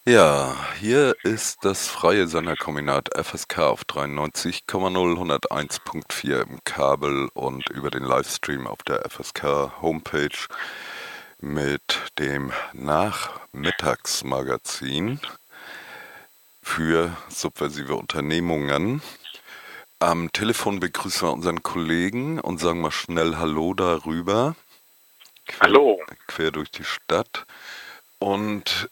Ja, hier ist das freie Senderkombinat FSK auf 93,0 101,4 im Kabel und über den Livestream auf der FSK Homepage mit dem Nachmittagsmagazin für subversive Unternehmungen. Am Telefon begrüßen wir unseren Kollegen und sagen mal schnell Hallo darüber, quer, Hallo. quer durch die Stadt. Und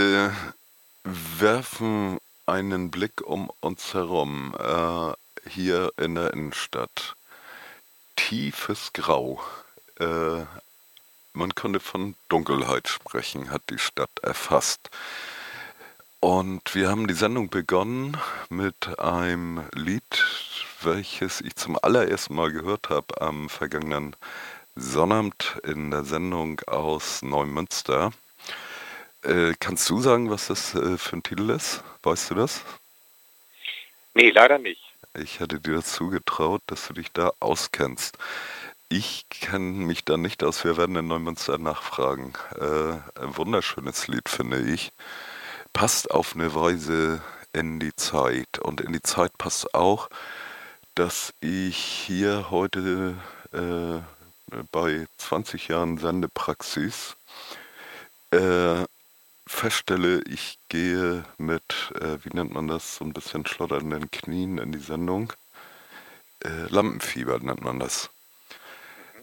werfen einen Blick um uns herum, hier in der Innenstadt. Tiefes Grau. Äh, Man könnte von Dunkelheit sprechen, hat die Stadt erfasst. Und wir haben die Sendung begonnen mit einem Lied, welches ich zum allerersten Mal gehört habe am vergangenen Sonnabend in der Sendung aus Neumünster. Kannst du sagen, was das für ein Titel ist? Weißt du das? Nee, leider nicht. Ich hätte dir das zugetraut, dass du dich da auskennst. Ich kenne mich da nicht aus. Wir werden in Neumünster nachfragen. Ein wunderschönes Lied, finde ich. Passt auf eine Weise in die Zeit. Und in die Zeit passt auch, dass ich hier heute bei 20 Jahren Sendepraxis äh, feststelle, ich gehe mit, wie nennt man das, so ein bisschen schlotternden Knien in die Sendung. Lampenfieber nennt man das. Mhm.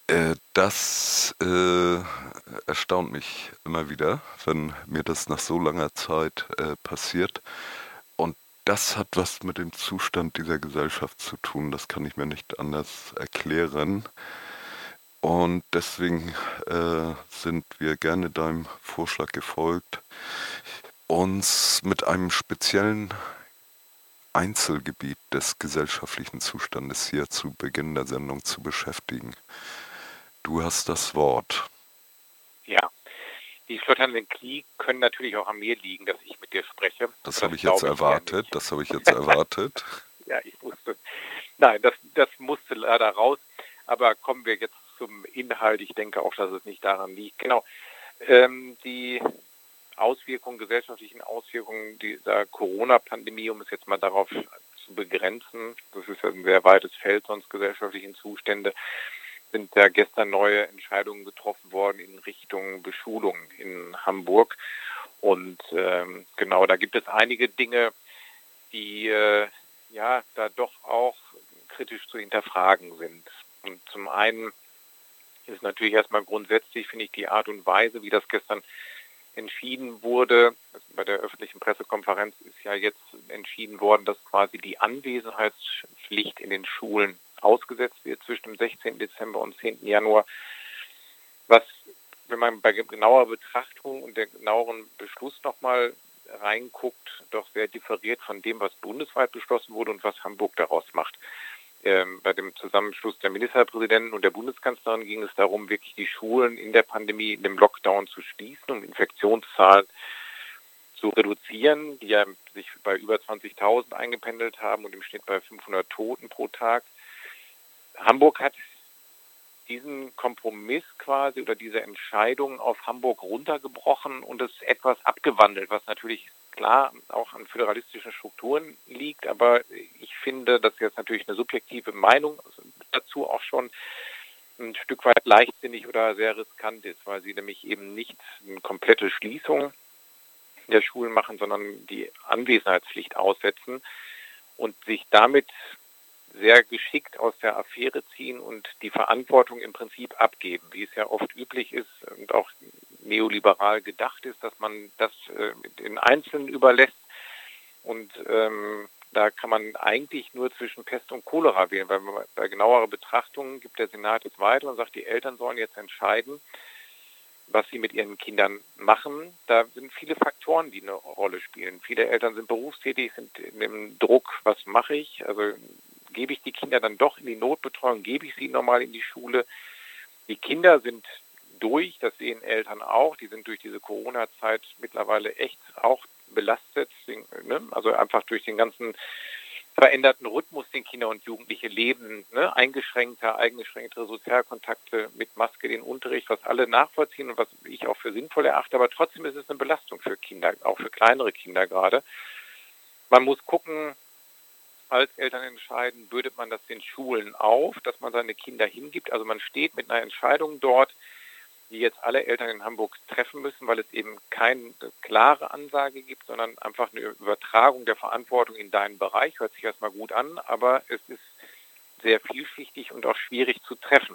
Das erstaunt mich immer wieder, wenn mir das nach so langer Zeit passiert. Und das hat was mit dem Zustand dieser Gesellschaft zu tun. Das kann ich mir nicht anders erklären. Und deswegen sind wir gerne deinem Vorschlag gefolgt, uns mit einem speziellen Einzelgebiet des gesellschaftlichen Zustandes hier zu Beginn der Sendung zu beschäftigen. Du hast das Wort. Ja, die schlotternden Knie können natürlich auch an mir liegen, dass ich mit dir spreche, Das aber habe das ich jetzt glaube ich eher erwartet. nicht. Das habe ich jetzt erwartet. Ja, ich wusste. Nein, das musste leider raus. Aber kommen wir jetzt zum Inhalt. Ich denke auch, dass es nicht daran liegt. Genau. Die gesellschaftlichen Auswirkungen dieser Corona-Pandemie, um es jetzt mal darauf zu begrenzen, das ist ja ein sehr weites Feld sonst gesellschaftlichen Zustände, sind ja gestern neue Entscheidungen getroffen worden in Richtung Beschulung in Hamburg. Und genau, da gibt es einige Dinge, die ja da doch auch kritisch zu hinterfragen sind. Und zum einen ist natürlich erstmal grundsätzlich, finde ich, die Art und Weise, wie das gestern entschieden wurde. Bei der öffentlichen Pressekonferenz ist ja jetzt entschieden worden, dass quasi die Anwesenheitspflicht in den Schulen ausgesetzt wird zwischen dem 16. Dezember und 10. Januar, was, wenn man bei genauer Betrachtung und der genaueren Beschluss nochmal reinguckt, doch sehr differiert von dem, was bundesweit beschlossen wurde und was Hamburg daraus macht. Bei dem Zusammenschluss der Ministerpräsidenten und der Bundeskanzlerin ging es darum, wirklich die Schulen in der Pandemie, in dem Lockdown zu schließen, um Infektionszahlen zu reduzieren, die ja sich bei über 20.000 eingependelt haben und im Schnitt bei 500 Toten pro Tag. Hamburg hat diesen Kompromiss quasi oder diese Entscheidung auf Hamburg runtergebrochen und es etwas abgewandelt, was natürlich klar auch an föderalistischen Strukturen liegt, aber ich finde, dass jetzt natürlich eine subjektive Meinung dazu auch schon ein Stück weit leichtsinnig oder sehr riskant ist, weil sie nämlich eben nicht eine komplette Schließung der Schulen machen, sondern die Anwesenheitspflicht aussetzen und sich damit sehr geschickt aus der Affäre ziehen und die Verantwortung im Prinzip abgeben, wie es ja oft üblich ist und auch neoliberal gedacht ist, dass man das den Einzelnen überlässt. Und da kann man eigentlich nur zwischen Pest und Cholera wählen, weil bei genauerer Betrachtung gibt der Senat jetzt weiter und sagt, die Eltern sollen jetzt entscheiden, was sie mit ihren Kindern machen. Da sind viele Faktoren, die eine Rolle spielen. Viele Eltern sind berufstätig, sind in dem Druck, was mache ich? Also gebe ich die Kinder dann doch in die Notbetreuung, gebe ich sie nochmal in die Schule? Die Kinder sind durch, das sehen Eltern auch, die sind durch diese Corona-Zeit mittlerweile echt auch belastet, also einfach durch den ganzen veränderten Rhythmus, den Kinder und Jugendliche leben, ne? Eingeschränktere Sozialkontakte mit Maske, den Unterricht, was alle nachvollziehen und was ich auch für sinnvoll erachte, aber trotzdem ist es eine Belastung für Kinder, auch für kleinere Kinder gerade. Man muss gucken, als Eltern entscheiden, bürdet man das den Schulen auf, dass man seine Kinder hingibt. Also man steht mit einer Entscheidung dort, die jetzt alle Eltern in Hamburg treffen müssen, weil es eben keine klare Ansage gibt, sondern einfach eine Übertragung der Verantwortung in deinen Bereich. Hört sich erstmal gut an, aber es ist sehr vielschichtig und auch schwierig zu treffen.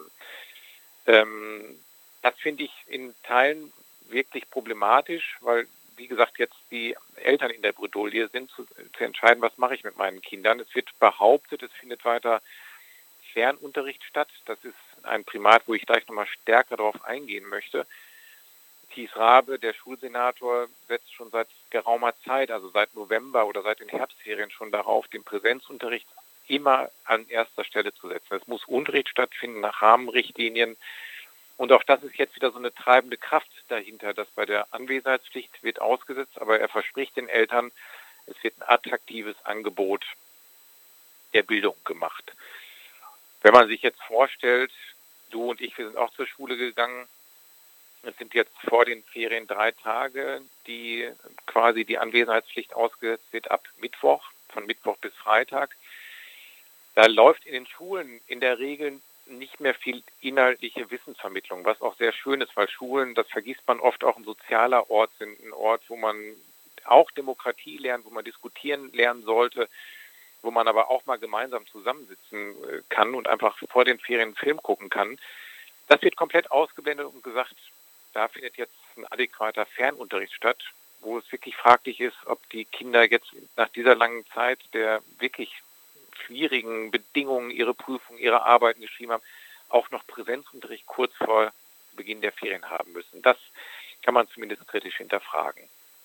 Das finde ich in Teilen wirklich problematisch, weil, wie gesagt, jetzt die Eltern in der Bredouille sind, zu entscheiden, was mache ich mit meinen Kindern. Es wird behauptet, es findet weiter Fernunterricht statt. Das ist ein Primat, wo ich gleich nochmal stärker darauf eingehen möchte. Thies Rabe, der Schulsenator, setzt schon seit geraumer Zeit, also seit November oder seit den Herbstferien schon darauf, den Präsenzunterricht immer an erster Stelle zu setzen. Es muss Unterricht stattfinden nach Rahmenrichtlinien. Und auch das ist jetzt wieder so eine treibende Kraft dahinter, dass bei der Anwesenheitspflicht wird ausgesetzt, aber er verspricht den Eltern, es wird ein attraktives Angebot der Bildung gemacht. Wenn man sich jetzt vorstellt, du und ich, wir sind auch zur Schule gegangen, es sind jetzt vor den Ferien 3 Tage, die quasi die Anwesenheitspflicht ausgesetzt wird ab Mittwoch, von Mittwoch bis Freitag. Da läuft in den Schulen in der Regel nicht mehr viel inhaltliche Wissensvermittlung, was auch sehr schön ist, weil Schulen, das vergisst man oft, auch ein sozialer Ort sind, ein Ort, wo man auch Demokratie lernt, wo man diskutieren lernen sollte, wo man aber auch mal gemeinsam zusammensitzen kann und einfach vor den Ferien einen Film gucken kann. Das wird komplett ausgeblendet und gesagt, da findet jetzt ein adäquater Fernunterricht statt, wo es wirklich fraglich ist, ob die Kinder jetzt nach dieser langen Zeit der wirklich schwierigen Bedingungen ihre Prüfungen, ihre Arbeiten geschrieben haben, auch noch Präsenzunterricht kurz vor Beginn der Ferien haben müssen. Das kann man zumindest kritisch hinterfragen.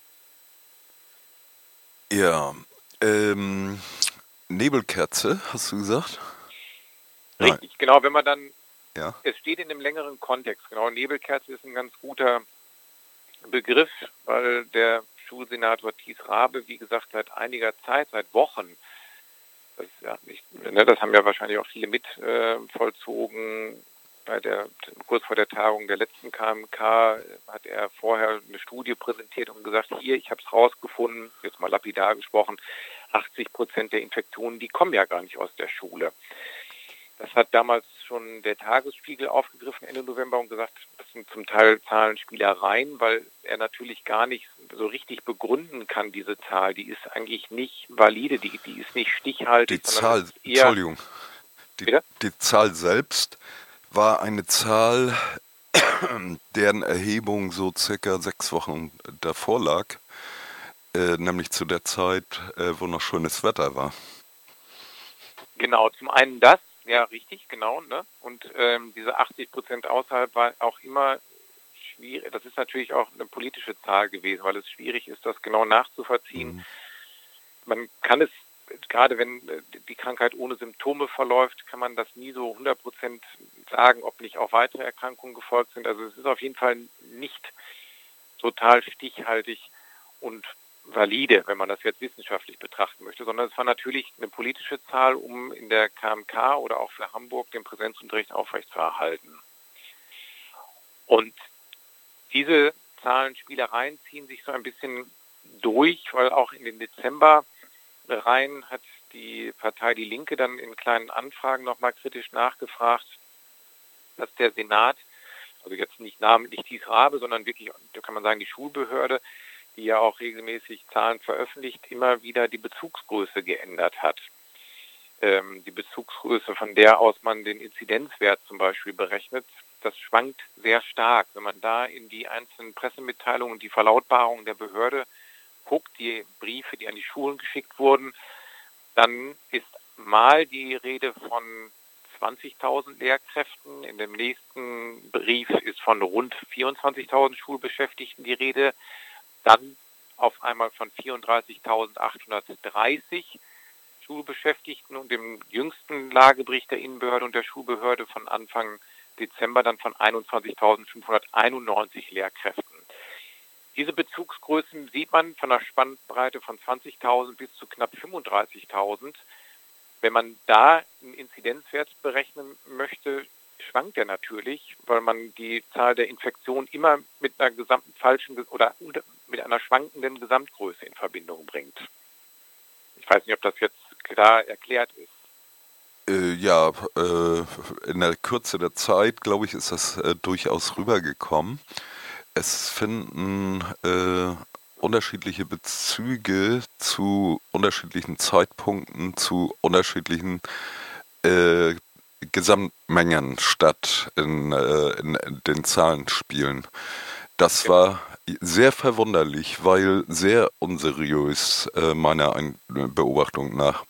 Ja, Nebelkerze, hast du gesagt? Richtig, genau, wenn man dann, Ja. es steht in einem längeren Kontext, genau, Nebelkerze ist ein ganz guter Begriff, weil der Schulsenator Thies Rabe, wie gesagt, seit einiger Zeit, seit Wochen, das ist ja nicht, ne, das haben ja wahrscheinlich auch viele mit vollzogen. Kurz vor der Tagung der letzten KMK hat er vorher eine Studie präsentiert und gesagt, hier, ich habe es rausgefunden, jetzt mal lapidar gesprochen, 80% der Infektionen, die kommen ja gar nicht aus der Schule. Das hat damals schon der Tagesspiegel aufgegriffen Ende November und gesagt, das sind zum Teil Zahlenspielereien, weil er natürlich gar nicht so richtig begründen kann, diese Zahl. Die ist eigentlich nicht valide, die ist nicht stichhaltig. Die Zahl, Entschuldigung, die Zahl selbst war eine Zahl, deren Erhebung so circa 6 Wochen davor lag, nämlich zu der Zeit, wo noch schönes Wetter war. Genau, zum einen das, ja richtig, genau, ne? Und diese 80% außerhalb war auch immer schwierig. Das ist natürlich auch eine politische Zahl gewesen, weil es schwierig ist, das genau nachzuvollziehen. Mhm. Man kann es, gerade wenn die Krankheit ohne Symptome verläuft, kann man das nie so 100% sagen, ob nicht auch weitere Erkrankungen gefolgt sind. Also es ist auf jeden Fall nicht total stichhaltig und valide, wenn man das jetzt wissenschaftlich betrachten möchte, sondern es war natürlich eine politische Zahl, um in der KMK oder auch für Hamburg den Präsenzunterricht aufrechtzuerhalten. Und diese Zahlenspielereien ziehen sich so ein bisschen durch, weil auch in den Dezember-Reihen hat die Partei Die Linke dann in kleinen Anfragen nochmal kritisch nachgefragt, dass der Senat, also jetzt nicht namentlich Thies Rabe, sondern wirklich, da kann man sagen, die Schulbehörde, die ja auch regelmäßig Zahlen veröffentlicht, immer wieder die Bezugsgröße geändert hat. Die Bezugsgröße, von der aus man den Inzidenzwert zum Beispiel berechnet, das schwankt sehr stark. Wenn man da in die einzelnen Pressemitteilungen und die Verlautbarungen der Behörde guckt, die Briefe, die an die Schulen geschickt wurden, dann ist mal die Rede von 20.000 Lehrkräften. In dem nächsten Brief ist von rund 24.000 Schulbeschäftigten die Rede. Dann auf einmal von 34.830 Schulbeschäftigten und im jüngsten Lagebericht der Innenbehörde und der Schulbehörde von Anfang Dezember dann von 21.591 Lehrkräften. Diese Bezugsgrößen sieht man von einer Spannbreite von 20.000 bis zu knapp 35.000 Wenn man da einen Inzidenzwert berechnen möchte, schwankt er natürlich, weil man die Zahl der Infektionen immer mit einer gesamten falschen oder mit einer schwankenden Gesamtgröße in Verbindung bringt. Ich weiß nicht, ob das jetzt klar erklärt ist. Ja, in der Kürze der Zeit, glaube ich, ist das durchaus rübergekommen. Es finden unterschiedliche Bezüge zu unterschiedlichen Zeitpunkten, zu unterschiedlichen äh, Gesamtmengen statt in den Zahlenspielen. Das Genau. war sehr verwunderlich, weil sehr unseriös meiner Beobachtung nach.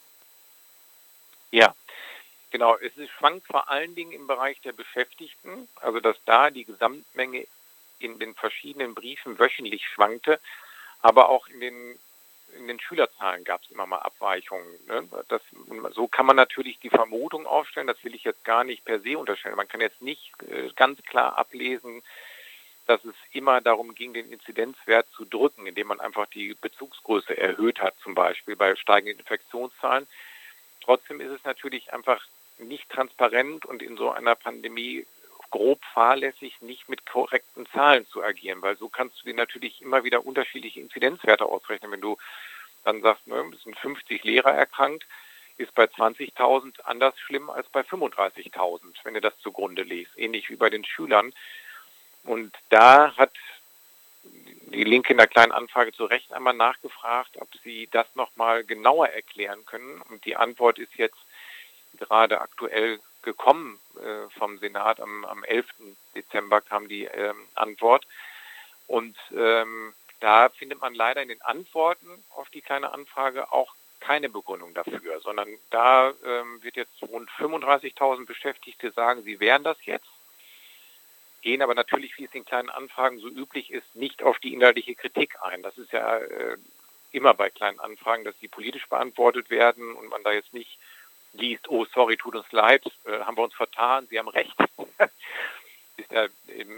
Ja, genau. Schwankt vor allen Dingen im Bereich der Beschäftigten, also dass da die Gesamtmenge in den verschiedenen Briefen wöchentlich schwankte, aber auch in den Schülerzahlen gab es immer mal Abweichungen. Ne? So kann man natürlich die Vermutung aufstellen, das will ich jetzt gar nicht per se unterstellen. Man kann jetzt nicht ganz klar ablesen, dass es immer darum ging, den Inzidenzwert zu drücken, indem man einfach die Bezugsgröße erhöht hat, zum Beispiel bei steigenden Infektionszahlen. Trotzdem ist es natürlich einfach nicht transparent und in so einer Pandemie grob fahrlässig, nicht mit korrekten Zahlen zu agieren, weil so kannst du dir natürlich immer wieder unterschiedliche Inzidenzwerte ausrechnen. Wenn du dann sagst, ne, es sind 50 Lehrer erkrankt, ist bei 20.000 anders schlimm als bei 35.000, wenn du das zugrunde legst. Ähnlich wie bei den Schülern. Und da hat die Linke in der kleinen Anfrage zu Recht einmal nachgefragt, ob sie das nochmal genauer erklären können. Und die Antwort ist jetzt gerade aktuell gekommen vom Senat. Am 11. Dezember kam die Antwort. Und da findet man leider in den Antworten auf die kleine Anfrage auch keine Begründung dafür, sondern da wird jetzt rund 35.000 Beschäftigte sagen, sie wären das jetzt, gehen aber natürlich, wie es in kleinen Anfragen so üblich ist, nicht auf die inhaltliche Kritik ein. Das ist ja immer bei kleinen Anfragen, dass die politisch beantwortet werden und man da jetzt nicht liest, oh sorry, tut uns leid, haben wir uns vertan, Sie haben recht. Ist ja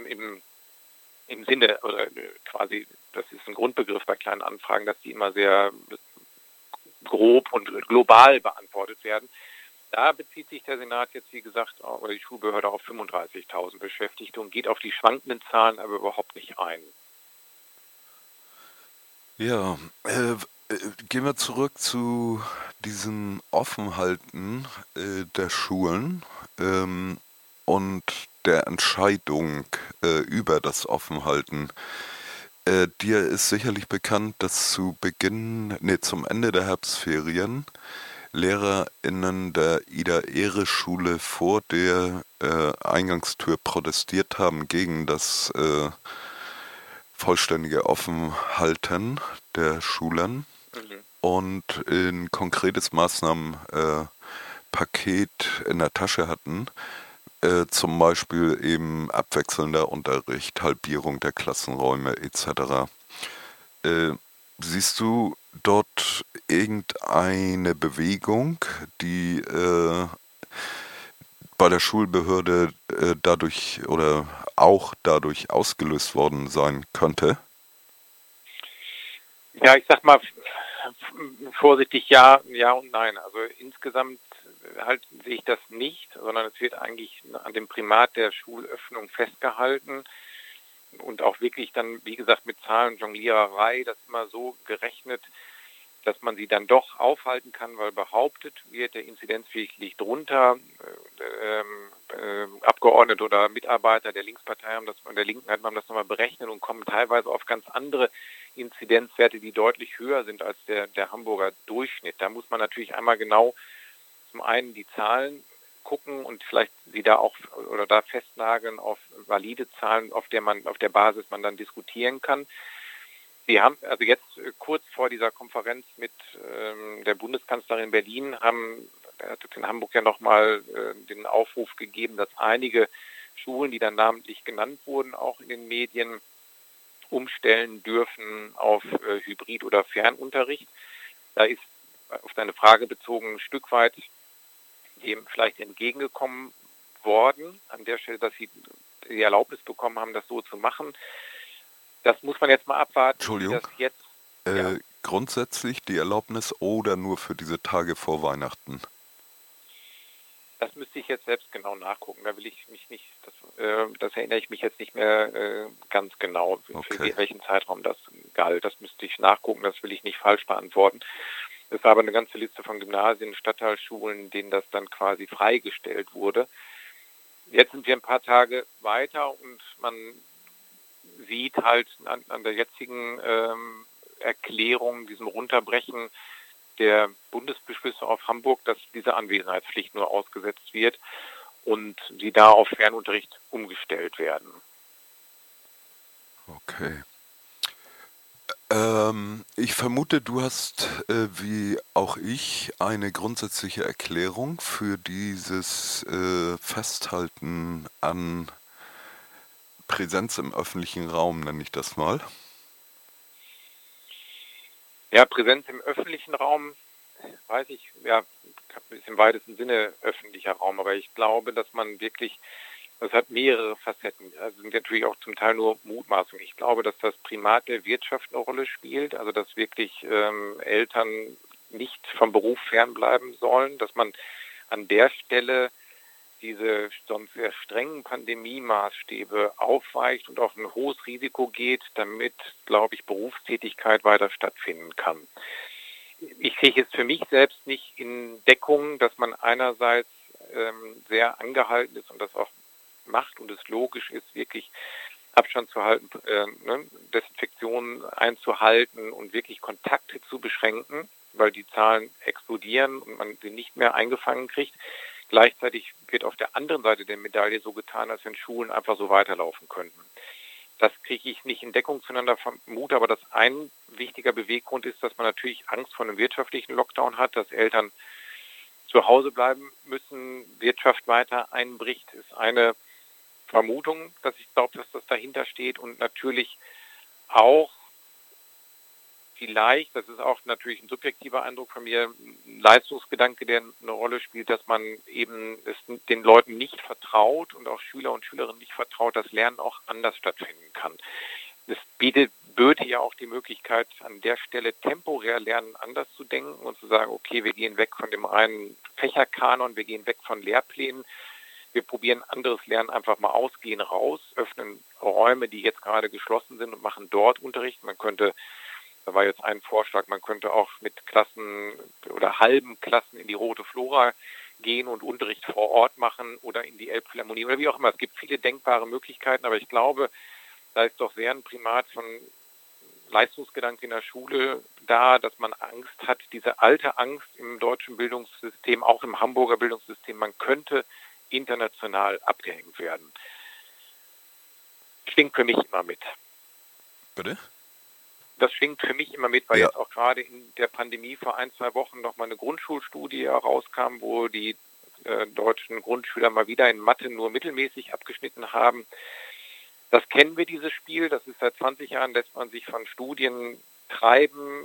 im Sinne, oder quasi, das ist ein Grundbegriff bei kleinen Anfragen, dass die immer sehr grob und global beantwortet werden. Da bezieht sich der Senat jetzt, wie gesagt, oder die Schulbehörde auf 35.000 Beschäftigte und geht auf die schwankenden Zahlen aber überhaupt nicht ein. Ja, gehen wir zurück zu diesem Offenhalten der Schulen und der Entscheidung über das Offenhalten. Dir ist sicherlich bekannt, dass zum Ende der Herbstferien LehrerInnen der Ida-Ehre-Schule vor der Eingangstür protestiert haben gegen das vollständige Offenhalten der Schulen Mhm. und ein konkretes Maßnahmenpaket in der Tasche hatten, zum Beispiel eben abwechselnder Unterricht, Halbierung der Klassenräume etc. Äh, Siehst du dort irgendeine Bewegung, die bei der Schulbehörde dadurch oder auch dadurch ausgelöst worden sein könnte? Ja, ich sag mal vorsichtig ja, ja und nein. Also insgesamt halt sehe ich das nicht, sondern es wird eigentlich an dem Primat der Schulöffnung festgehalten und auch wirklich dann, wie gesagt, mit Zahlenjongliererei, das immer so gerechnet, dass man sie dann doch aufhalten kann, weil behauptet wird, der Inzidenzwert liegt drunter. Abgeordnete oder Mitarbeiter der Linkspartei haben das, und der Linken haben das nochmal berechnet und kommen teilweise auf ganz andere Inzidenzwerte, die deutlich höher sind als der Hamburger Durchschnitt. Da muss man natürlich einmal genau zum einen die Zahlen gucken und vielleicht sie da auch oder da festnageln auf valide Zahlen, auf der Basis man dann diskutieren kann. Sie haben also jetzt kurz vor dieser Konferenz mit der Bundeskanzlerin Berlin hat in Hamburg ja nochmal den Aufruf gegeben, dass einige Schulen, die dann namentlich genannt wurden, auch in den Medien umstellen dürfen auf Hybrid- oder Fernunterricht. Da ist auf deine Frage bezogen ein Stück weit dem vielleicht entgegengekommen worden, an der Stelle, dass sie die Erlaubnis bekommen haben, das so zu machen. Das muss man jetzt mal abwarten, wie Entschuldigung, das jetzt, ja, grundsätzlich die Erlaubnis oder nur für diese Tage vor Weihnachten? Das müsste ich jetzt selbst genau nachgucken. Da will ich mich nicht, das erinnere ich mich jetzt nicht mehr ganz genau, Okay. für welchen Zeitraum das galt. Das müsste ich nachgucken, das will ich nicht falsch beantworten. Es war aber eine ganze Liste von Gymnasien, Stadtteilschulen, denen das dann quasi freigestellt wurde. Jetzt sind wir ein paar Tage weiter und man sieht halt an der jetzigen Erklärung, diesem Runterbrechen der Bundesbeschlüsse auf Hamburg, dass diese Anwesenheitspflicht nur ausgesetzt wird und die da auf Fernunterricht umgestellt werden. Okay. Ich vermute, du hast, wie auch ich, eine grundsätzliche Erklärung für dieses Festhalten an Präsenz im öffentlichen Raum, nenne ich das mal. Ja, Präsenz im öffentlichen Raum, weiß ich, ja, ist im weitesten Sinne öffentlicher Raum, aber ich glaube, dass man wirklich, das hat mehrere Facetten, also sind natürlich auch zum Teil nur Mutmaßungen. Ich glaube, dass das Primat der Wirtschaft eine Rolle spielt, also dass wirklich Eltern nicht vom Beruf fernbleiben sollen, dass man an der Stelle diese sonst sehr strengen Pandemie-Maßstäbe aufweicht und auf ein hohes Risiko geht, damit, glaube ich, Berufstätigkeit weiter stattfinden kann. Ich kriege es für mich selbst nicht in Deckung, dass man einerseits sehr angehalten ist und das auch macht und es logisch ist, wirklich Abstand zu halten, Desinfektion einzuhalten und wirklich Kontakte zu beschränken, weil die Zahlen explodieren und man sie nicht mehr eingefangen kriegt. Gleichzeitig wird auf der anderen Seite der Medaille so getan, als wenn Schulen einfach so weiterlaufen könnten. Das kriege ich nicht in Deckung zueinander vermute, aber das ein wichtiger Beweggrund ist, dass man natürlich Angst vor einem wirtschaftlichen Lockdown hat, dass Eltern zu Hause bleiben müssen, Wirtschaft weiter einbricht, ist eine Vermutung, dass ich glaube, dass das dahinter steht und natürlich auch vielleicht, das ist auch natürlich ein subjektiver Eindruck von mir, ein Leistungsgedanke, der eine Rolle spielt, dass man eben es den Leuten nicht vertraut und auch Schüler und Schülerinnen nicht vertraut, dass Lernen auch anders stattfinden kann. Es böte ja auch die Möglichkeit, an der Stelle temporär Lernen anders zu denken und zu sagen, okay, wir gehen weg von dem reinen Fächerkanon, wir gehen weg von Lehrplänen, wir probieren anderes Lernen einfach mal aus, gehen raus, öffnen Räume, die jetzt gerade geschlossen sind und machen dort Unterricht. Da war jetzt ein Vorschlag, man könnte auch mit Klassen oder halben Klassen in die Rote Flora gehen und Unterricht vor Ort machen oder in die Elbphilharmonie oder wie auch immer. Es gibt viele denkbare Möglichkeiten, aber ich glaube, da ist doch sehr ein Primat von Leistungsgedanke in der Schule da, dass man Angst hat, diese alte Angst im deutschen Bildungssystem, auch im Hamburger Bildungssystem, man könnte international abgehängt werden. Schwingt für mich immer mit. Bitte? Das schwingt für mich immer mit, weil Ja. jetzt auch gerade in der Pandemie vor 1-2 Wochen nochmal eine Grundschulstudie herauskam, wo die deutschen Grundschüler mal wieder in Mathe nur mittelmäßig abgeschnitten haben. Das kennen wir, dieses Spiel. Das ist seit 20 Jahren, lässt man sich von Studien treiben,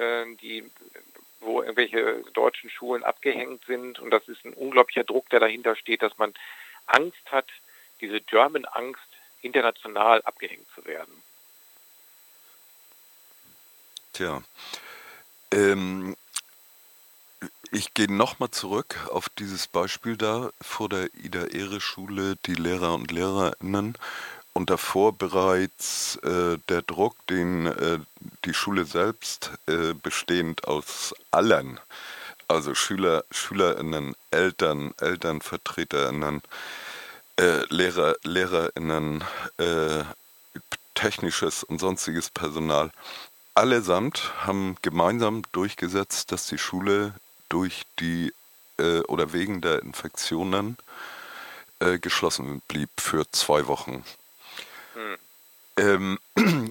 wo irgendwelche deutschen Schulen abgehängt sind. Und das ist ein unglaublicher Druck, der dahinter steht, dass man Angst hat, diese German-Angst, international abgehängt zu werden. Tja. Ich gehe nochmal zurück auf dieses Beispiel da vor der Ida-Ehre-Schule, die Lehrer und Lehrerinnen und davor bereits der Druck, den die Schule selbst bestehend aus allen, also Schüler, Schülerinnen, Eltern, Elternvertreterinnen, Lehrer, Lehrerinnen, technisches und sonstiges Personal, allesamt haben gemeinsam durchgesetzt, dass die Schule durch die oder wegen der Infektionen geschlossen blieb für 2 Wochen. Ähm,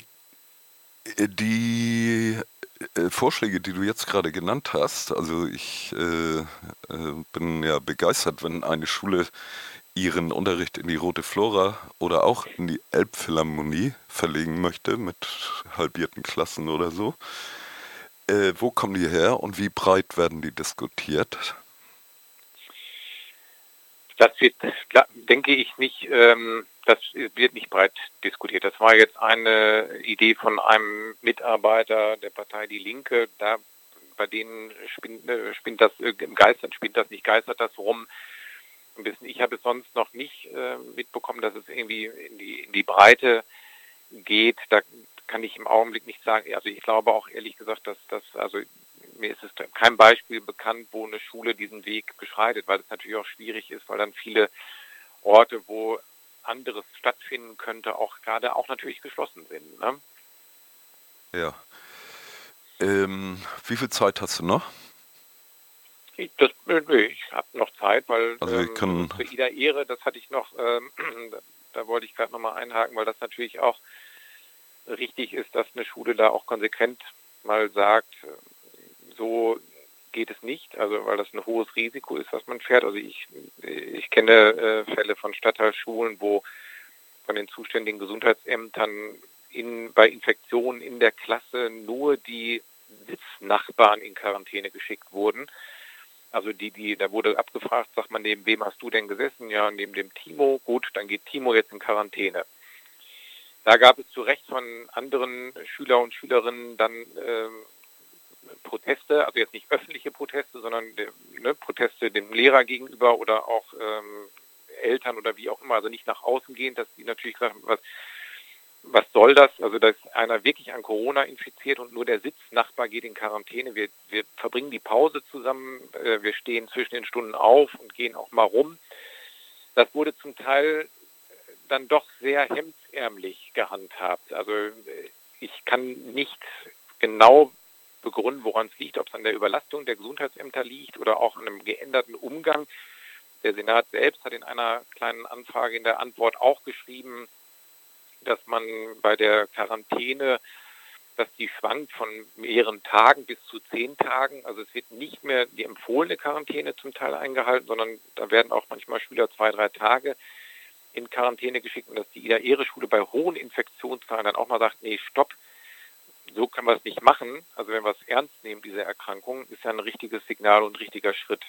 die Vorschläge, die du jetzt gerade genannt hast, also ich bin ja begeistert, wenn eine Schule ihren Unterricht in die Rote Flora oder auch in die Elbphilharmonie verlegen möchte mit halbierten Klassen oder so. Wo kommen die her und wie breit werden die diskutiert? Das wird, denke ich, nicht, das wird nicht breit diskutiert. Das war jetzt eine Idee von einem Mitarbeiter der Partei Die Linke. Bei denen spinnt das, geistert das rum. ein bisschen. Ich habe es sonst noch nicht mitbekommen, dass es irgendwie in die Breite geht. Da kann ich im Augenblick nicht sagen. Also ich glaube auch ehrlich gesagt, also mir ist es kein Beispiel bekannt, wo eine Schule diesen Weg beschreitet, weil es natürlich auch schwierig ist, weil dann viele Orte, wo anderes stattfinden könnte, auch gerade auch natürlich geschlossen sind. Ne? Ja. Wie viel Zeit hast du noch? Ich habe noch Zeit, weil Also wir können, zur Ida Ehre, das hatte ich noch, da wollte ich gerade nochmal einhaken, weil das natürlich auch richtig ist, dass eine Schule da auch konsequent mal sagt, so geht es nicht, also weil das ein hohes Risiko ist, was man fährt. Also ich kenne Fälle von Stadtteilschulen, wo von den zuständigen Gesundheitsämtern bei Infektionen in der Klasse nur die Sitznachbarn in Quarantäne geschickt wurden. Also da wurde abgefragt, sagt man, neben wem hast du denn gesessen? Ja, neben dem Timo. Gut, dann geht Timo jetzt in Quarantäne. Da gab es zu Recht von anderen Schüler und Schülerinnen dann Proteste, also jetzt nicht öffentliche Proteste, sondern Proteste dem Lehrer gegenüber oder auch Eltern oder wie auch immer, also nicht nach außen gehen, dass die natürlich sagen, was soll das? Also da ist einer wirklich an Corona infiziert und nur der Sitznachbar geht in Quarantäne. Wir verbringen die Pause zusammen, wir stehen zwischen den Stunden auf und gehen auch mal rum. Das wurde zum Teil dann doch sehr hemdsärmlich gehandhabt. Also ich kann nicht genau begründen, woran es liegt, ob es an der Überlastung der Gesundheitsämter liegt oder auch an einem geänderten Umgang. Der Senat selbst hat in einer kleinen Anfrage in der Antwort auch geschrieben, dass man bei der Quarantäne, dass die schwankt von mehreren Tagen bis zu 10 Tagen. Also es wird nicht mehr die empfohlene Quarantäne zum Teil eingehalten, sondern da werden auch manchmal Schüler 2, 3 Tage in Quarantäne geschickt und dass die Ida-Ehre-Schule bei hohen Infektionszahlen dann auch mal sagt, nee, stopp, so können wir es nicht machen. Also wenn wir es ernst nehmen, diese Erkrankung, ist ja ein richtiges Signal und ein richtiger Schritt.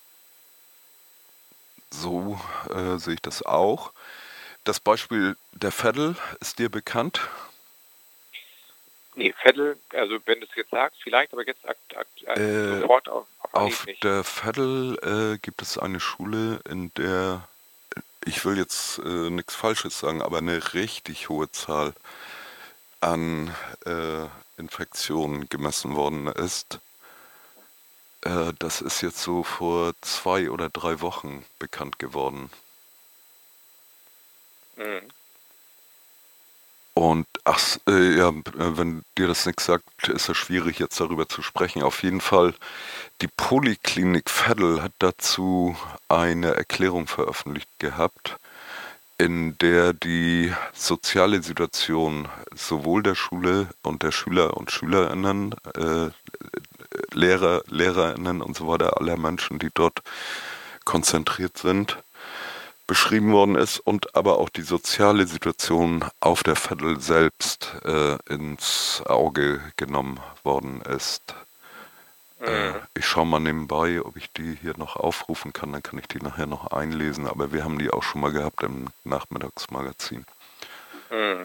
so sehe ich das auch. Das Beispiel der Veddel ist dir bekannt? Nee, Veddel, also wenn du es jetzt sagst, vielleicht, aber jetzt sofort auf Anhieb Auf nicht. der Veddel gibt es eine Schule, in der, ich will jetzt nichts Falsches sagen, aber eine richtig hohe Zahl an Infektionen gemessen worden ist. Das ist jetzt so vor 2 oder 3 Wochen bekannt geworden. Mhm. Und ja, wenn dir das nichts sagt, ist es schwierig jetzt darüber zu sprechen. Auf jeden Fall, die Poliklinik Veddel hat dazu eine Erklärung veröffentlicht gehabt, in der die soziale Situation sowohl der Schule und der Schüler und Schülerinnen, Lehrer, Lehrerinnen und so weiter, aller Menschen, die dort konzentriert sind, beschrieben worden ist und aber auch die soziale Situation auf der Veddel selbst ins Auge genommen worden ist. Mhm. Ich schaue mal nebenbei, ob ich die hier noch aufrufen kann, dann kann ich die nachher noch einlesen, aber wir haben die auch schon mal gehabt im Nachmittagsmagazin. Mhm.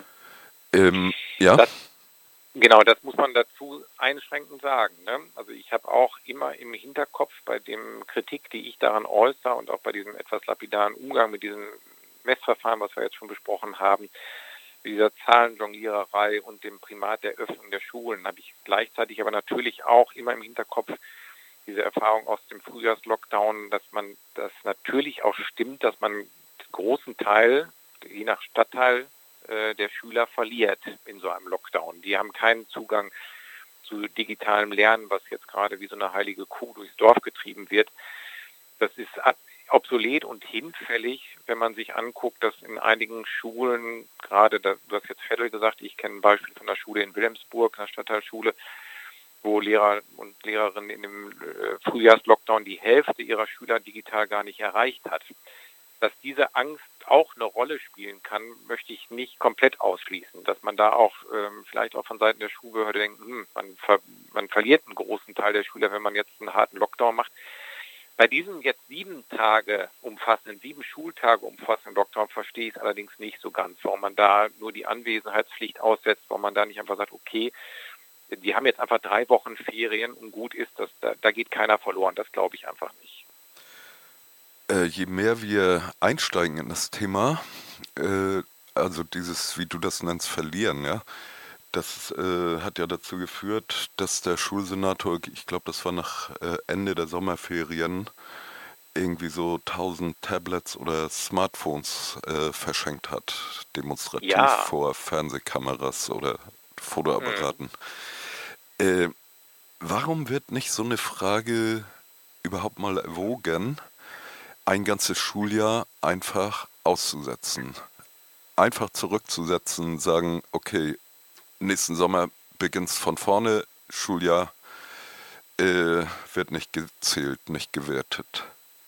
Ja, Das, genau, das muss man dazu einschränkend sagen. Ne? Also ich habe auch immer im Hinterkopf bei dem Kritik, die ich daran äußere und auch bei diesem etwas lapidaren Umgang mit diesem Messverfahren, was wir jetzt schon besprochen haben, mit dieser Zahlenjongliererei und dem Primat der Öffnung der Schulen, habe ich gleichzeitig aber natürlich auch immer im Hinterkopf diese Erfahrung aus dem Frühjahrslockdown, dass das natürlich auch stimmt, dass man einen großen Teil, je nach Stadtteil, der Schüler verliert in so einem Lockdown. Die haben keinen Zugang zu digitalem Lernen, was jetzt gerade wie so eine heilige Kuh durchs Dorf getrieben wird. Das ist obsolet und hinfällig, wenn man sich anguckt, dass in einigen Schulen, gerade, du hast jetzt Veddel gesagt, ich kenne ein Beispiel von einer Schule in Wilhelmsburg, einer Stadtteilschule, wo Lehrer und Lehrerinnen in dem Frühjahrslockdown die Hälfte ihrer Schüler digital gar nicht erreicht hat. Dass diese Angst auch eine Rolle spielen kann, möchte ich nicht komplett ausschließen. Dass man da auch vielleicht auch von Seiten der Schulbehörde denkt, man verliert einen großen Teil der Schüler, wenn man jetzt einen harten Lockdown macht. Bei diesem jetzt 7 Schultage umfassenden Lockdown verstehe ich es allerdings nicht so ganz, warum man da nur die Anwesenheitspflicht aussetzt, warum man da nicht einfach sagt, okay, die haben jetzt einfach 3 Wochen Ferien und gut ist, da geht keiner verloren. Das glaube ich einfach nicht. Je mehr wir einsteigen in das Thema, äh, also dieses, wie du das nennst, verlieren, ja, das hat ja dazu geführt, dass der Schulsenator, ich glaube, das war nach Ende der Sommerferien, irgendwie so 1000 Tablets oder Smartphones verschenkt hat, demonstrativ Ja, vor Fernsehkameras oder hm. Fotoapparaten. Äh, Warum wird nicht so eine Frage überhaupt mal erwogen, ein ganzes Schuljahr einfach auszusetzen? Einfach zurückzusetzen, sagen, okay, nächsten Sommer beginnt's von vorne, Schuljahr wird nicht gezählt, nicht gewertet.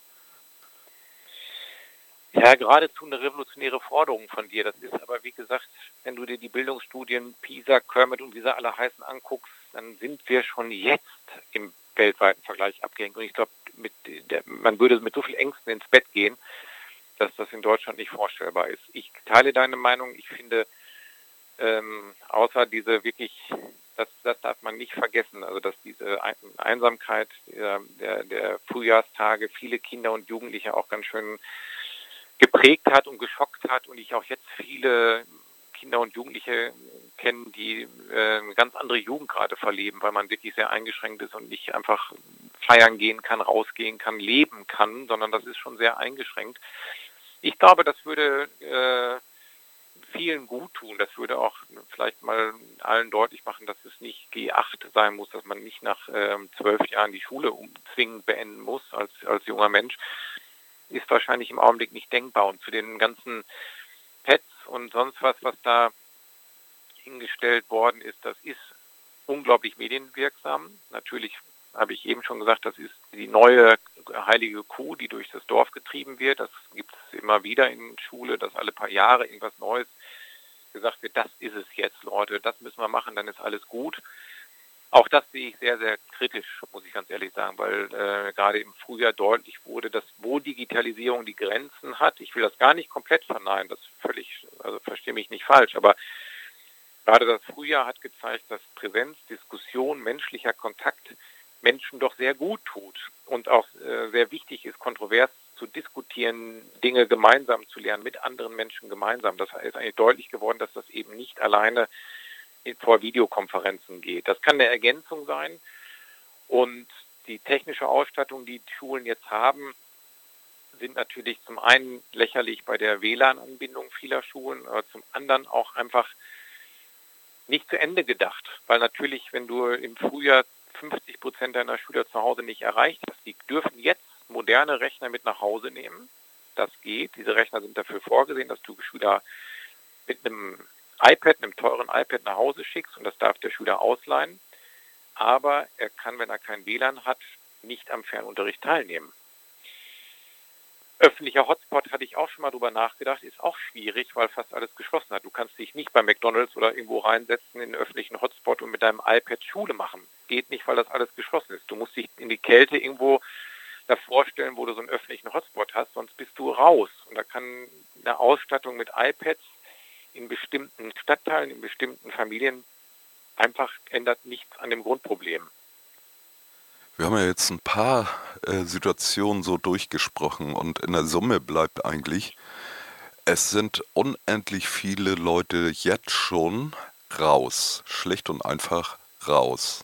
Ja, geradezu eine revolutionäre Forderung von dir. Das ist aber, wie gesagt, wenn du dir die Bildungsstudien PISA, Kermit und wie sie alle heißen anguckst, dann sind wir schon jetzt im weltweiten Vergleich abgehängt. Und ich glaube, man würde mit so viel Ängsten ins Bett gehen, dass das in Deutschland nicht vorstellbar ist. Ich teile deine Meinung. Ich finde, außer diese wirklich, das darf man nicht vergessen, also dass diese Einsamkeit der Frühjahrstage viele Kinder und Jugendliche auch ganz schön geprägt hat und geschockt hat und ich auch jetzt viele Kinder und Jugendliche kennen, die eine ganz andere Jugend gerade verleben, weil man wirklich sehr eingeschränkt ist und nicht einfach feiern gehen kann, rausgehen kann, leben kann, sondern das ist schon sehr eingeschränkt. Ich glaube, das würde vielen gut tun. Das würde auch vielleicht mal allen deutlich machen, dass es nicht G8 sein muss, dass man nicht nach 12 Jahren die Schule zwingend beenden muss als junger Mensch, ist wahrscheinlich im Augenblick nicht denkbar. Und zu den ganzen Pads und sonst was da hingestellt worden ist, das ist unglaublich medienwirksam. Natürlich habe ich eben schon gesagt, das ist die neue heilige Kuh, die durch das Dorf getrieben wird. Das gibt es immer wieder in Schule, dass alle paar Jahre irgendwas Neues gesagt wird, das ist es jetzt, Leute, das müssen wir machen, dann ist alles gut. Auch das sehe ich sehr, sehr kritisch, muss ich ganz ehrlich sagen, weil gerade im Frühjahr deutlich wurde, dass wo Digitalisierung die Grenzen hat, ich will das gar nicht komplett verneinen, das völlig, also verstehe mich nicht falsch, aber gerade das Frühjahr hat gezeigt, dass Präsenz, Diskussion, menschlicher Kontakt Menschen doch sehr gut tut und auch sehr wichtig ist, kontrovers zu diskutieren, Dinge gemeinsam zu lernen, mit anderen Menschen gemeinsam. Das ist eigentlich deutlich geworden, dass das eben nicht alleine vor Videokonferenzen geht. Das kann eine Ergänzung sein und die technische Ausstattung, die Schulen jetzt haben, sind natürlich zum einen lächerlich bei der WLAN-Anbindung vieler Schulen, aber zum anderen auch einfach nicht zu Ende gedacht, weil natürlich, wenn du im Frühjahr 50% deiner Schüler zu Hause nicht erreicht hast, die dürfen jetzt moderne Rechner mit nach Hause nehmen. Das geht. Diese Rechner sind dafür vorgesehen, dass du Schüler mit einem iPad, einem teuren iPad nach Hause schickst und das darf der Schüler ausleihen. Aber er kann, wenn er kein WLAN hat, nicht am Fernunterricht teilnehmen. Öffentlicher Hotspot hatte ich auch schon mal drüber nachgedacht, ist auch schwierig, weil fast alles geschlossen hat. Du kannst dich nicht bei McDonald's oder irgendwo reinsetzen in den öffentlichen Hotspot und mit deinem iPad Schule machen. Geht nicht, weil das alles geschlossen ist. Du musst dich in die Kälte irgendwo davor stellen, wo du so einen öffentlichen Hotspot hast, sonst bist du raus. Und da kann eine Ausstattung mit iPads in bestimmten Stadtteilen, in bestimmten Familien einfach ändert nichts an dem Grundproblem. Wir haben ja jetzt ein paar Situationen so durchgesprochen und in der Summe bleibt eigentlich, es sind unendlich viele Leute jetzt schon raus, schlicht und einfach raus.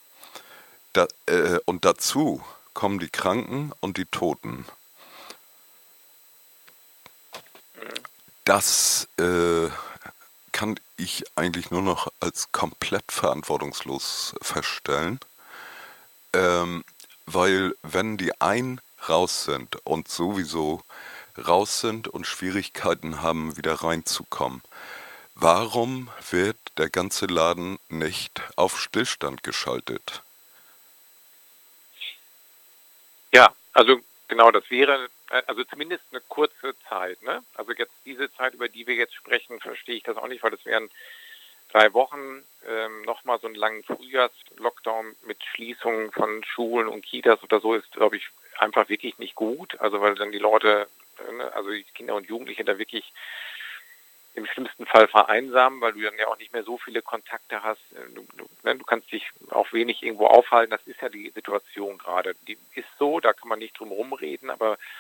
Und dazu kommen die Kranken und die Toten. Das kann ich eigentlich nur noch als komplett verantwortungslos feststellen, ähm, weil wenn die einen raus sind und sowieso raus sind und Schwierigkeiten haben, wieder reinzukommen, warum wird der ganze Laden nicht auf Stillstand geschaltet? Ja, also genau, das wäre also zumindest eine kurze Zeit. Ne? Also jetzt diese Zeit, über die wir jetzt sprechen, verstehe ich das auch nicht, weil das wären 3 Wochen, nochmal so einen langen Frühjahrslockdown mit Schließungen von Schulen und Kitas oder so ist, glaube ich, einfach wirklich nicht gut. Also weil dann die Leute, also die Kinder und Jugendliche da wirklich im schlimmsten Fall vereinsamen, weil du dann ja auch nicht mehr so viele Kontakte hast. Du kannst dich auch wenig irgendwo aufhalten. Das ist ja die Situation gerade. Die ist so, da kann man nicht drum rumreden, aber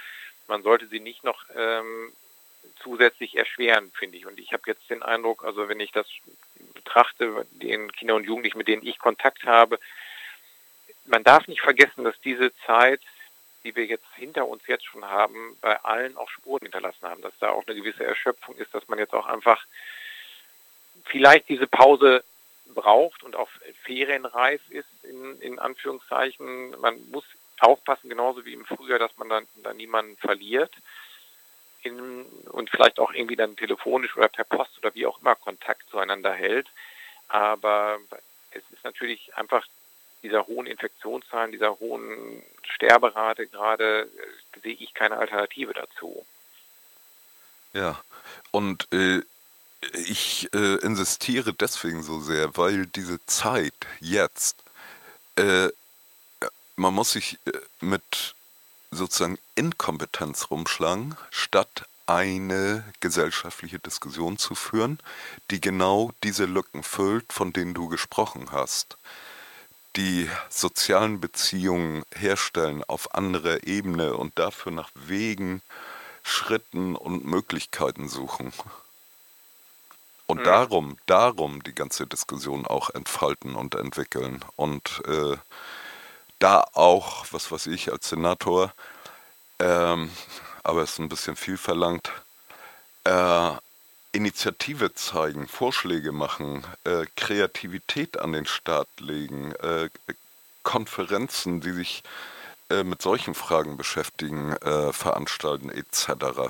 man sollte sie nicht noch zusätzlich erschweren, finde ich. Und ich habe jetzt den Eindruck, also wenn ich das betrachte, den Kindern und Jugendlichen, mit denen ich Kontakt habe, man darf nicht vergessen, dass diese Zeit, die wir jetzt hinter uns jetzt schon haben, bei allen auch Spuren hinterlassen haben, dass da auch eine gewisse Erschöpfung ist, dass man jetzt auch einfach vielleicht diese Pause braucht und auf ferienreif ist, in Anführungszeichen. Man muss aufpassen, genauso wie im Frühjahr, dass man dann niemanden verliert und vielleicht auch irgendwie dann telefonisch oder per Post oder wie auch immer Kontakt zueinander hält. Aber es ist natürlich einfach dieser hohen Infektionszahlen, dieser hohen Sterberate gerade, sehe ich keine Alternative dazu. Ja, und ich insistiere deswegen so sehr, weil diese Zeit jetzt, äh, man muss sich mit sozusagen Inkompetenz rumschlagen, statt eine gesellschaftliche Diskussion zu führen, die genau diese Lücken füllt, von denen du gesprochen hast. Die sozialen Beziehungen herstellen auf anderer Ebene und dafür nach Wegen, Schritten und Möglichkeiten suchen. Und Mhm. darum die ganze Diskussion auch entfalten und entwickeln. Und da auch, was weiß ich, als Senator, ähm, aber es ist ein bisschen viel verlangt, äh, Initiative zeigen, Vorschläge machen, Kreativität an den Start legen, Konferenzen, die sich mit solchen Fragen beschäftigen, veranstalten etc.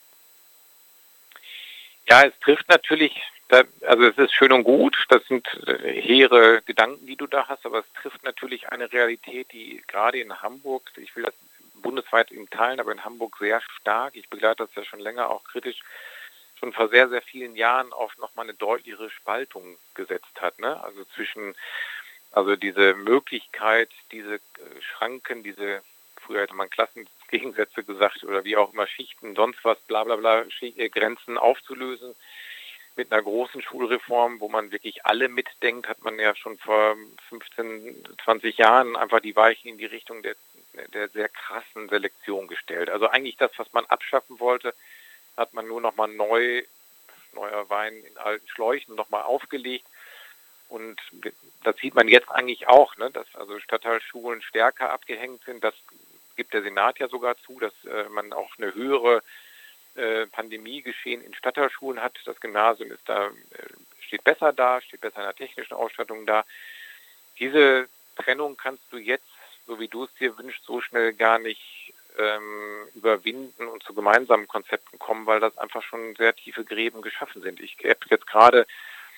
Ja, es trifft natürlich, also es ist schön und gut, das sind hehre Gedanken, die du da hast, aber es trifft natürlich eine Realität, die gerade in Hamburg, ich will das bundesweit eben teilen, aber in Hamburg sehr stark, ich begleite das ja schon länger auch kritisch, schon vor sehr, sehr vielen Jahren auch nochmal eine deutlichere Spaltung gesetzt hat, ne? Also diese Möglichkeit, diese Schranken, früher hätte man Klassengegensätze gesagt oder wie auch immer, Schichten, sonst was, bla bla bla, Grenzen aufzulösen. Mit einer großen Schulreform, wo man wirklich alle mitdenkt, hat man ja schon vor 15, 20 Jahren einfach die Weichen in die Richtung der sehr krassen Selektion gestellt. Also eigentlich das, was man abschaffen wollte, hat man nur nochmal neuer Wein in alten Schläuchen nochmal aufgelegt. Und das sieht man jetzt eigentlich auch, ne, dass also Stadtteilschulen stärker abgehängt sind. Das gibt der Senat ja sogar zu, dass man auch eine höhere Pandemiegeschehen in Stadtteilschulen hat. Das Gymnasium steht besser da, steht besser in der technischen Ausstattung da. Diese Trennung kannst du jetzt, so wie du es dir wünschst, so schnell gar nicht überwinden und zu gemeinsamen Konzepten kommen, weil das einfach schon sehr tiefe Gräben geschaffen sind. Ich habe jetzt gerade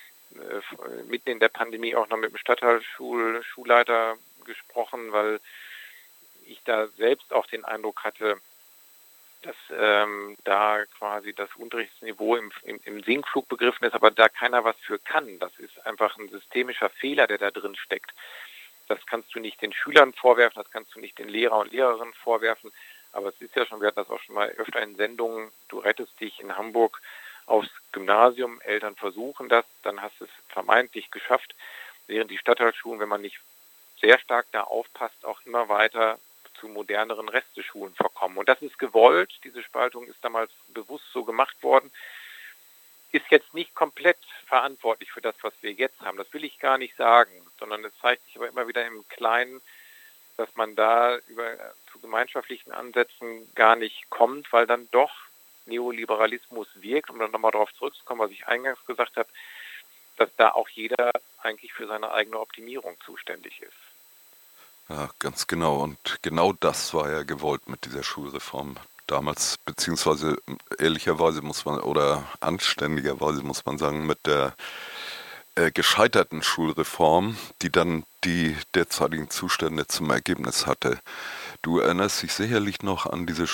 mitten in der Pandemie auch noch mit dem Stadtteilschulleiter gesprochen, weil ich da selbst auch den Eindruck hatte, dass da quasi das Unterrichtsniveau im Sinkflug begriffen ist, aber da keiner was für kann. Das ist einfach ein systemischer Fehler, der da drin steckt. Das kannst du nicht den Schülern vorwerfen, das kannst du nicht den Lehrer und Lehrerinnen vorwerfen, aber es ist ja schon, wir hatten das auch schon mal öfter in Sendungen, du rettest dich in Hamburg aufs Gymnasium, Eltern versuchen das, dann hast du es vermeintlich geschafft, während die Stadtteilschulen, wenn man nicht sehr stark da aufpasst, auch immer weiter zu moderneren Resteschulen verkommen. Und das ist gewollt, diese Spaltung ist damals bewusst so gemacht worden, ist jetzt nicht komplett verantwortlich für das, was wir jetzt haben. Das will ich gar nicht sagen, sondern es zeigt sich aber immer wieder im Kleinen, dass man da zu gemeinschaftlichen Ansätzen gar nicht kommt, weil dann doch Neoliberalismus wirkt, um dann nochmal darauf zurückzukommen, was ich eingangs gesagt habe, dass da auch jeder eigentlich für seine eigene Optimierung zuständig ist. Ja, ganz genau. Und genau das war ja gewollt mit dieser Schulreform damals, beziehungsweise ehrlicherweise muss man, oder anständigerweise muss man sagen, mit der gescheiterten Schulreform, die dann die derzeitigen Zustände zum Ergebnis hatte. Du erinnerst dich sicherlich noch an diese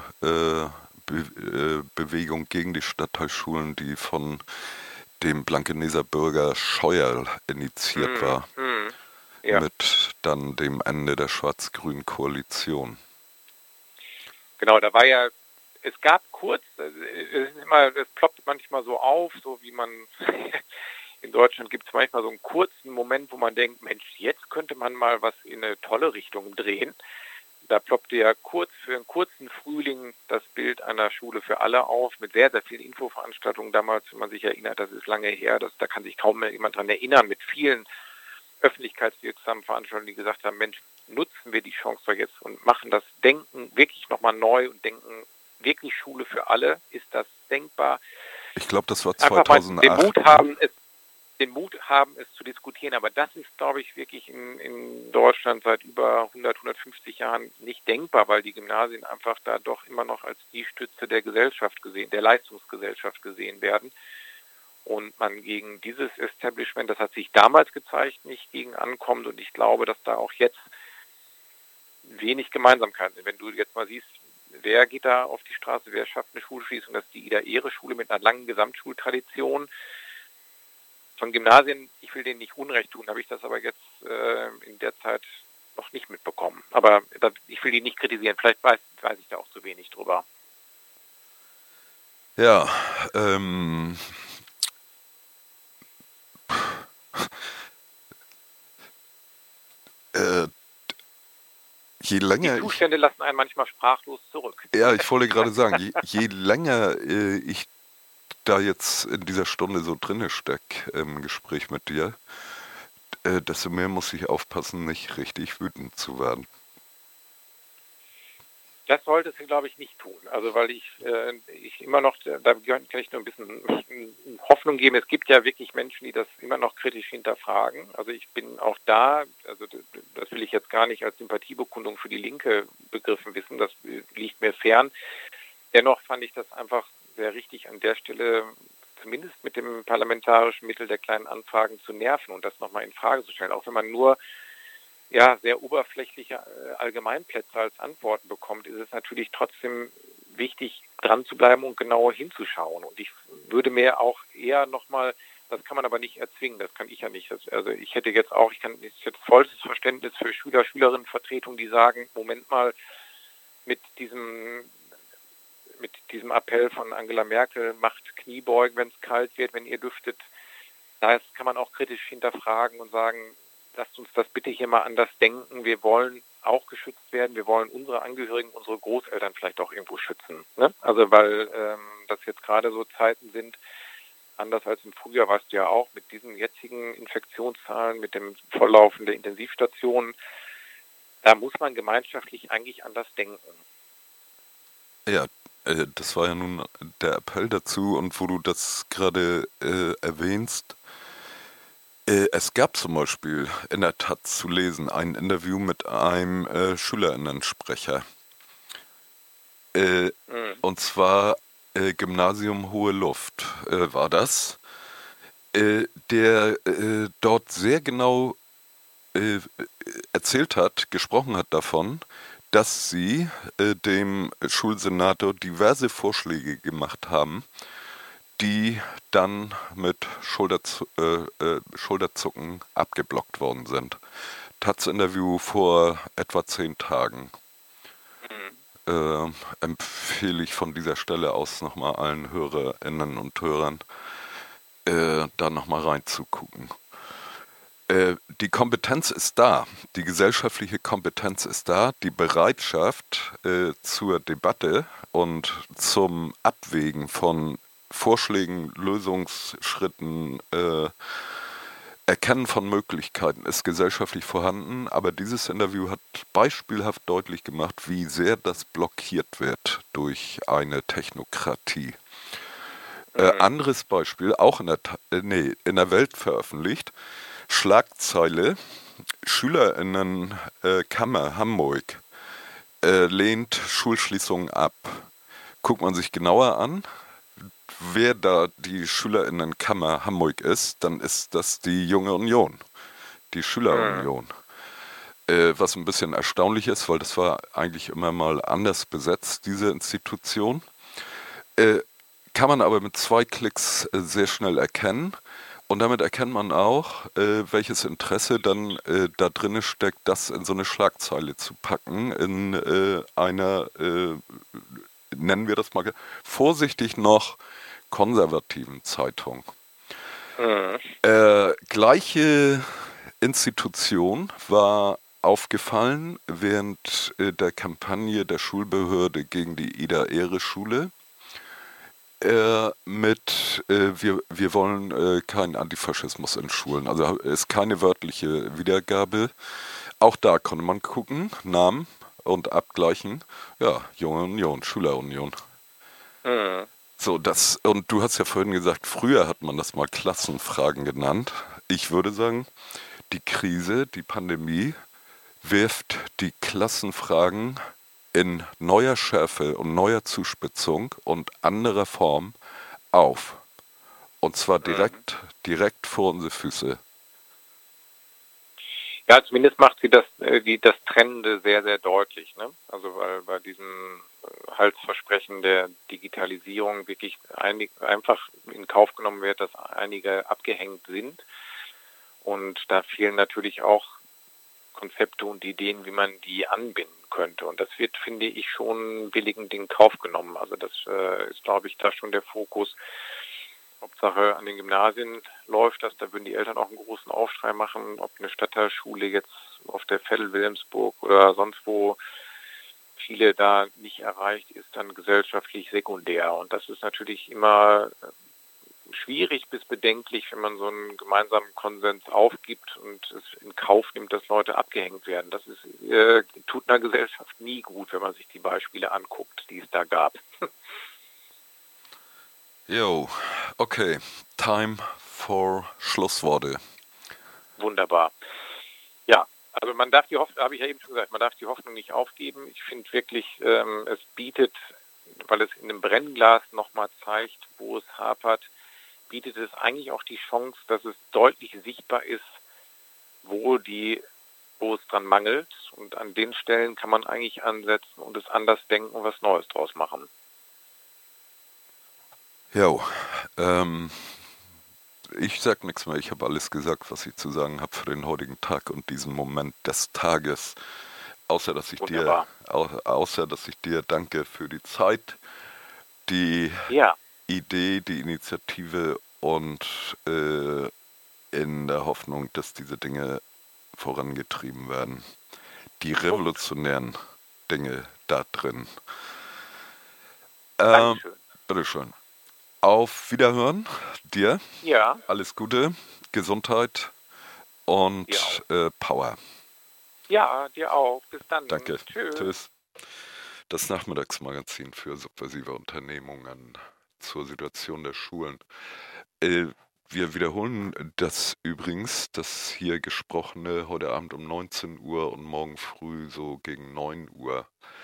Schulbewegung gegen die Stadtteilschulen, die von dem Blankeneser Bürger Scheuerl initiiert war, Ja, mit dann dem Ende der schwarz-grünen Koalition. genau, da war ja, es gab kurz, es ploppt manchmal so auf, so wie man in Deutschland gibt es manchmal so einen kurzen Moment, wo man denkt, Mensch, jetzt könnte man mal was in eine tolle Richtung drehen. da ploppte ja für einen kurzen Frühling das Bild einer Schule für alle auf, mit sehr, sehr vielen Infoveranstaltungen damals, wenn man sich erinnert, das ist lange her, da kann sich kaum mehr jemand daran erinnern, mit vielen öffentlichkeitswirksamen Veranstaltungen, die gesagt haben, Mensch, nutzen wir die Chance doch jetzt und machen das Denken wirklich nochmal neu und denken wirklich Schule für alle. Ist das denkbar? Ich glaube, das war Einfach mal 2008. den Mut haben, es zu diskutieren. Aber das ist, glaube ich, wirklich in Deutschland seit über 100, 150 Jahren nicht denkbar, weil die Gymnasien einfach da doch immer noch als die Stütze der Gesellschaft der Leistungsgesellschaft gesehen werden. Und man gegen dieses Establishment, das hat sich damals gezeigt, nicht gegen ankommt. Und ich glaube, dass da auch jetzt wenig Gemeinsamkeiten sind. Wenn du jetzt mal siehst, wer geht da auf die Straße, wer schafft eine Schulschließung, das ist die Ida-Ehre-Schule mit einer langen Gesamtschultradition. Von Gymnasien, ich will denen nicht Unrecht tun, habe ich das aber jetzt in der Zeit noch nicht mitbekommen. Aber ich will die nicht kritisieren, vielleicht weiß ich da auch zu wenig drüber. Ja, je länger die Zustände lassen einen manchmal sprachlos zurück. Ja, ich wollte gerade sagen, je länger ich da jetzt in dieser Stunde so drinne stecke im Gespräch mit dir, desto mehr muss ich aufpassen, nicht richtig wütend zu werden. Das sollte sie, glaube ich, nicht tun. Also weil ich immer noch, da kann ich nur ein bisschen Hoffnung geben. Es gibt ja wirklich Menschen, die das immer noch kritisch hinterfragen. Also ich bin auch da, also das will ich jetzt gar nicht als Sympathiebekundung für die Linke begriffen wissen, das liegt mir fern. Dennoch fand ich das einfach sehr richtig an der Stelle, zumindest mit dem parlamentarischen Mittel der kleinen Anfragen zu nerven und das nochmal in Frage zu stellen. Auch wenn man nur sehr oberflächliche Allgemeinplätze als Antworten bekommt, ist es natürlich trotzdem wichtig, dran zu bleiben und genauer hinzuschauen. Und ich würde mir auch eher nochmal, das kann man aber nicht erzwingen, das kann ich ja nicht. Also ich hätte jetzt auch, ich hätte vollstes Verständnis für Schüler, Schülerinnenvertretungen, die sagen, Moment mal, mit diesem Appell von Angela Merkel, macht Kniebeugen, wenn es kalt wird, wenn ihr dürftet, das kann man auch kritisch hinterfragen und sagen, lasst uns das bitte hier mal anders denken. Wir wollen auch geschützt werden. Wir wollen unsere Angehörigen, unsere Großeltern vielleicht auch irgendwo schützen. Ne? Also weil das jetzt gerade so Zeiten sind, anders als im Frühjahr, weißt du ja auch, mit diesen jetzigen Infektionszahlen, mit dem Volllaufen der Intensivstationen, da muss man gemeinschaftlich eigentlich anders denken. Ja, das war ja nun der Appell dazu und wo du das gerade erwähnst, es gab zum Beispiel in der Taz zu lesen ein Interview mit einem Schülerinnensprecher. Und zwar Gymnasium Hohe Luft war das, der dort sehr genau gesprochen hat davon, dass sie dem Schulsenator diverse Vorschläge gemacht haben, die dann mit Schulterzucken abgeblockt worden sind. Taz-Interview vor etwa 10 Tagen. Empfehle ich von dieser Stelle aus nochmal allen Hörerinnen und Hörern, da nochmal reinzugucken. Die Kompetenz ist da, die gesellschaftliche Kompetenz ist da, die Bereitschaft zur Debatte und zum Abwägen von Vorschlägen, Lösungsschritten, Erkennen von Möglichkeiten ist gesellschaftlich vorhanden, aber dieses Interview hat beispielhaft deutlich gemacht, wie sehr das blockiert wird durch eine Technokratie. Anderes Beispiel, auch in der Welt veröffentlicht, Schlagzeile, SchülerInnenkammer Hamburg lehnt Schulschließungen ab. Guckt man sich genauer an, wer da die SchülerInnenkammer Hamburg ist, dann ist das die Junge Union, die Schülerunion. Was ein bisschen erstaunlich ist, weil das war eigentlich immer mal anders besetzt, diese Institution. Kann man aber mit 2 Klicks sehr schnell erkennen. Und damit erkennt man auch, welches Interesse dann da drin steckt, das in so eine Schlagzeile zu packen, in einer, nennen wir das mal vorsichtig noch, konservativen Zeitung. Gleiche Institution war aufgefallen während der Kampagne der Schulbehörde gegen die Ida-Ehre-Schule wir wollen keinen Antifaschismus in Schulen. Also ist keine wörtliche Wiedergabe. Auch da konnte man gucken, Namen und abgleichen. Ja, Junge Union, Schülerunion. Mhm. So, und du hast ja vorhin gesagt, früher hat man das mal Klassenfragen genannt. Ich würde sagen, die Krise, die Pandemie wirft die Klassenfragen in neuer Schärfe und neuer Zuspitzung und anderer Form auf. Und zwar Mhm. direkt vor unsere Füße. Ja, zumindest macht sie das Trennende sehr, sehr deutlich, ne? Also weil bei diesem Halsversprechen der Digitalisierung wirklich einfach in Kauf genommen wird, dass einige abgehängt sind. Und da fehlen natürlich auch Konzepte und Ideen, wie man die anbinden könnte. Und das wird, finde ich, schon billigend in Kauf genommen. Also das ist, glaube ich, da schon der Fokus. Hauptsache an den Gymnasien läuft das, da würden die Eltern auch einen großen Aufschrei machen, ob eine Stadtteilschule jetzt auf der Veddel, Wilhelmsburg oder sonst wo viele da nicht erreicht, ist dann gesellschaftlich sekundär. Und das ist natürlich immer schwierig bis bedenklich, wenn man so einen gemeinsamen Konsens aufgibt und es in Kauf nimmt, dass Leute abgehängt werden. Das ist, tut einer Gesellschaft nie gut, wenn man sich die Beispiele anguckt, die es da gab. Jo, okay. Time for Schlussworte. Wunderbar. Ja, also man darf die Hoffnung, habe ich ja eben schon gesagt, man darf die Hoffnung nicht aufgeben. Ich finde wirklich, es bietet, weil es in einem Brennglas nochmal zeigt, wo es hapert, bietet es eigentlich auch die Chance, dass es deutlich sichtbar ist, wo es dran mangelt. Und an den Stellen kann man eigentlich ansetzen und es anders denken und was Neues draus machen. Jo, ähm, ich sag nichts mehr. Ich habe alles gesagt, was ich zu sagen habe für den heutigen Tag und diesen Moment des Tages. Außer dass ich dir, Wunderbar. außer dass ich dir danke für die Zeit, die Ja, Idee, die Initiative und in der Hoffnung, dass diese Dinge vorangetrieben werden. Die gut. revolutionären Dinge da drin. Ähm, Dankeschön. bitteschön. Auf Wiederhören dir. Ja, Alles Gute, Gesundheit dir und auch. Power. Ja, dir auch. Bis dann. Danke. Tschüss. Tschüss. Das Nachmittagsmagazin für subversive Unternehmungen zur Situation der Schulen. Äh, wir wiederholen das übrigens, das hier gesprochene heute Abend um 19 Uhr und morgen früh so gegen 9 Uhr.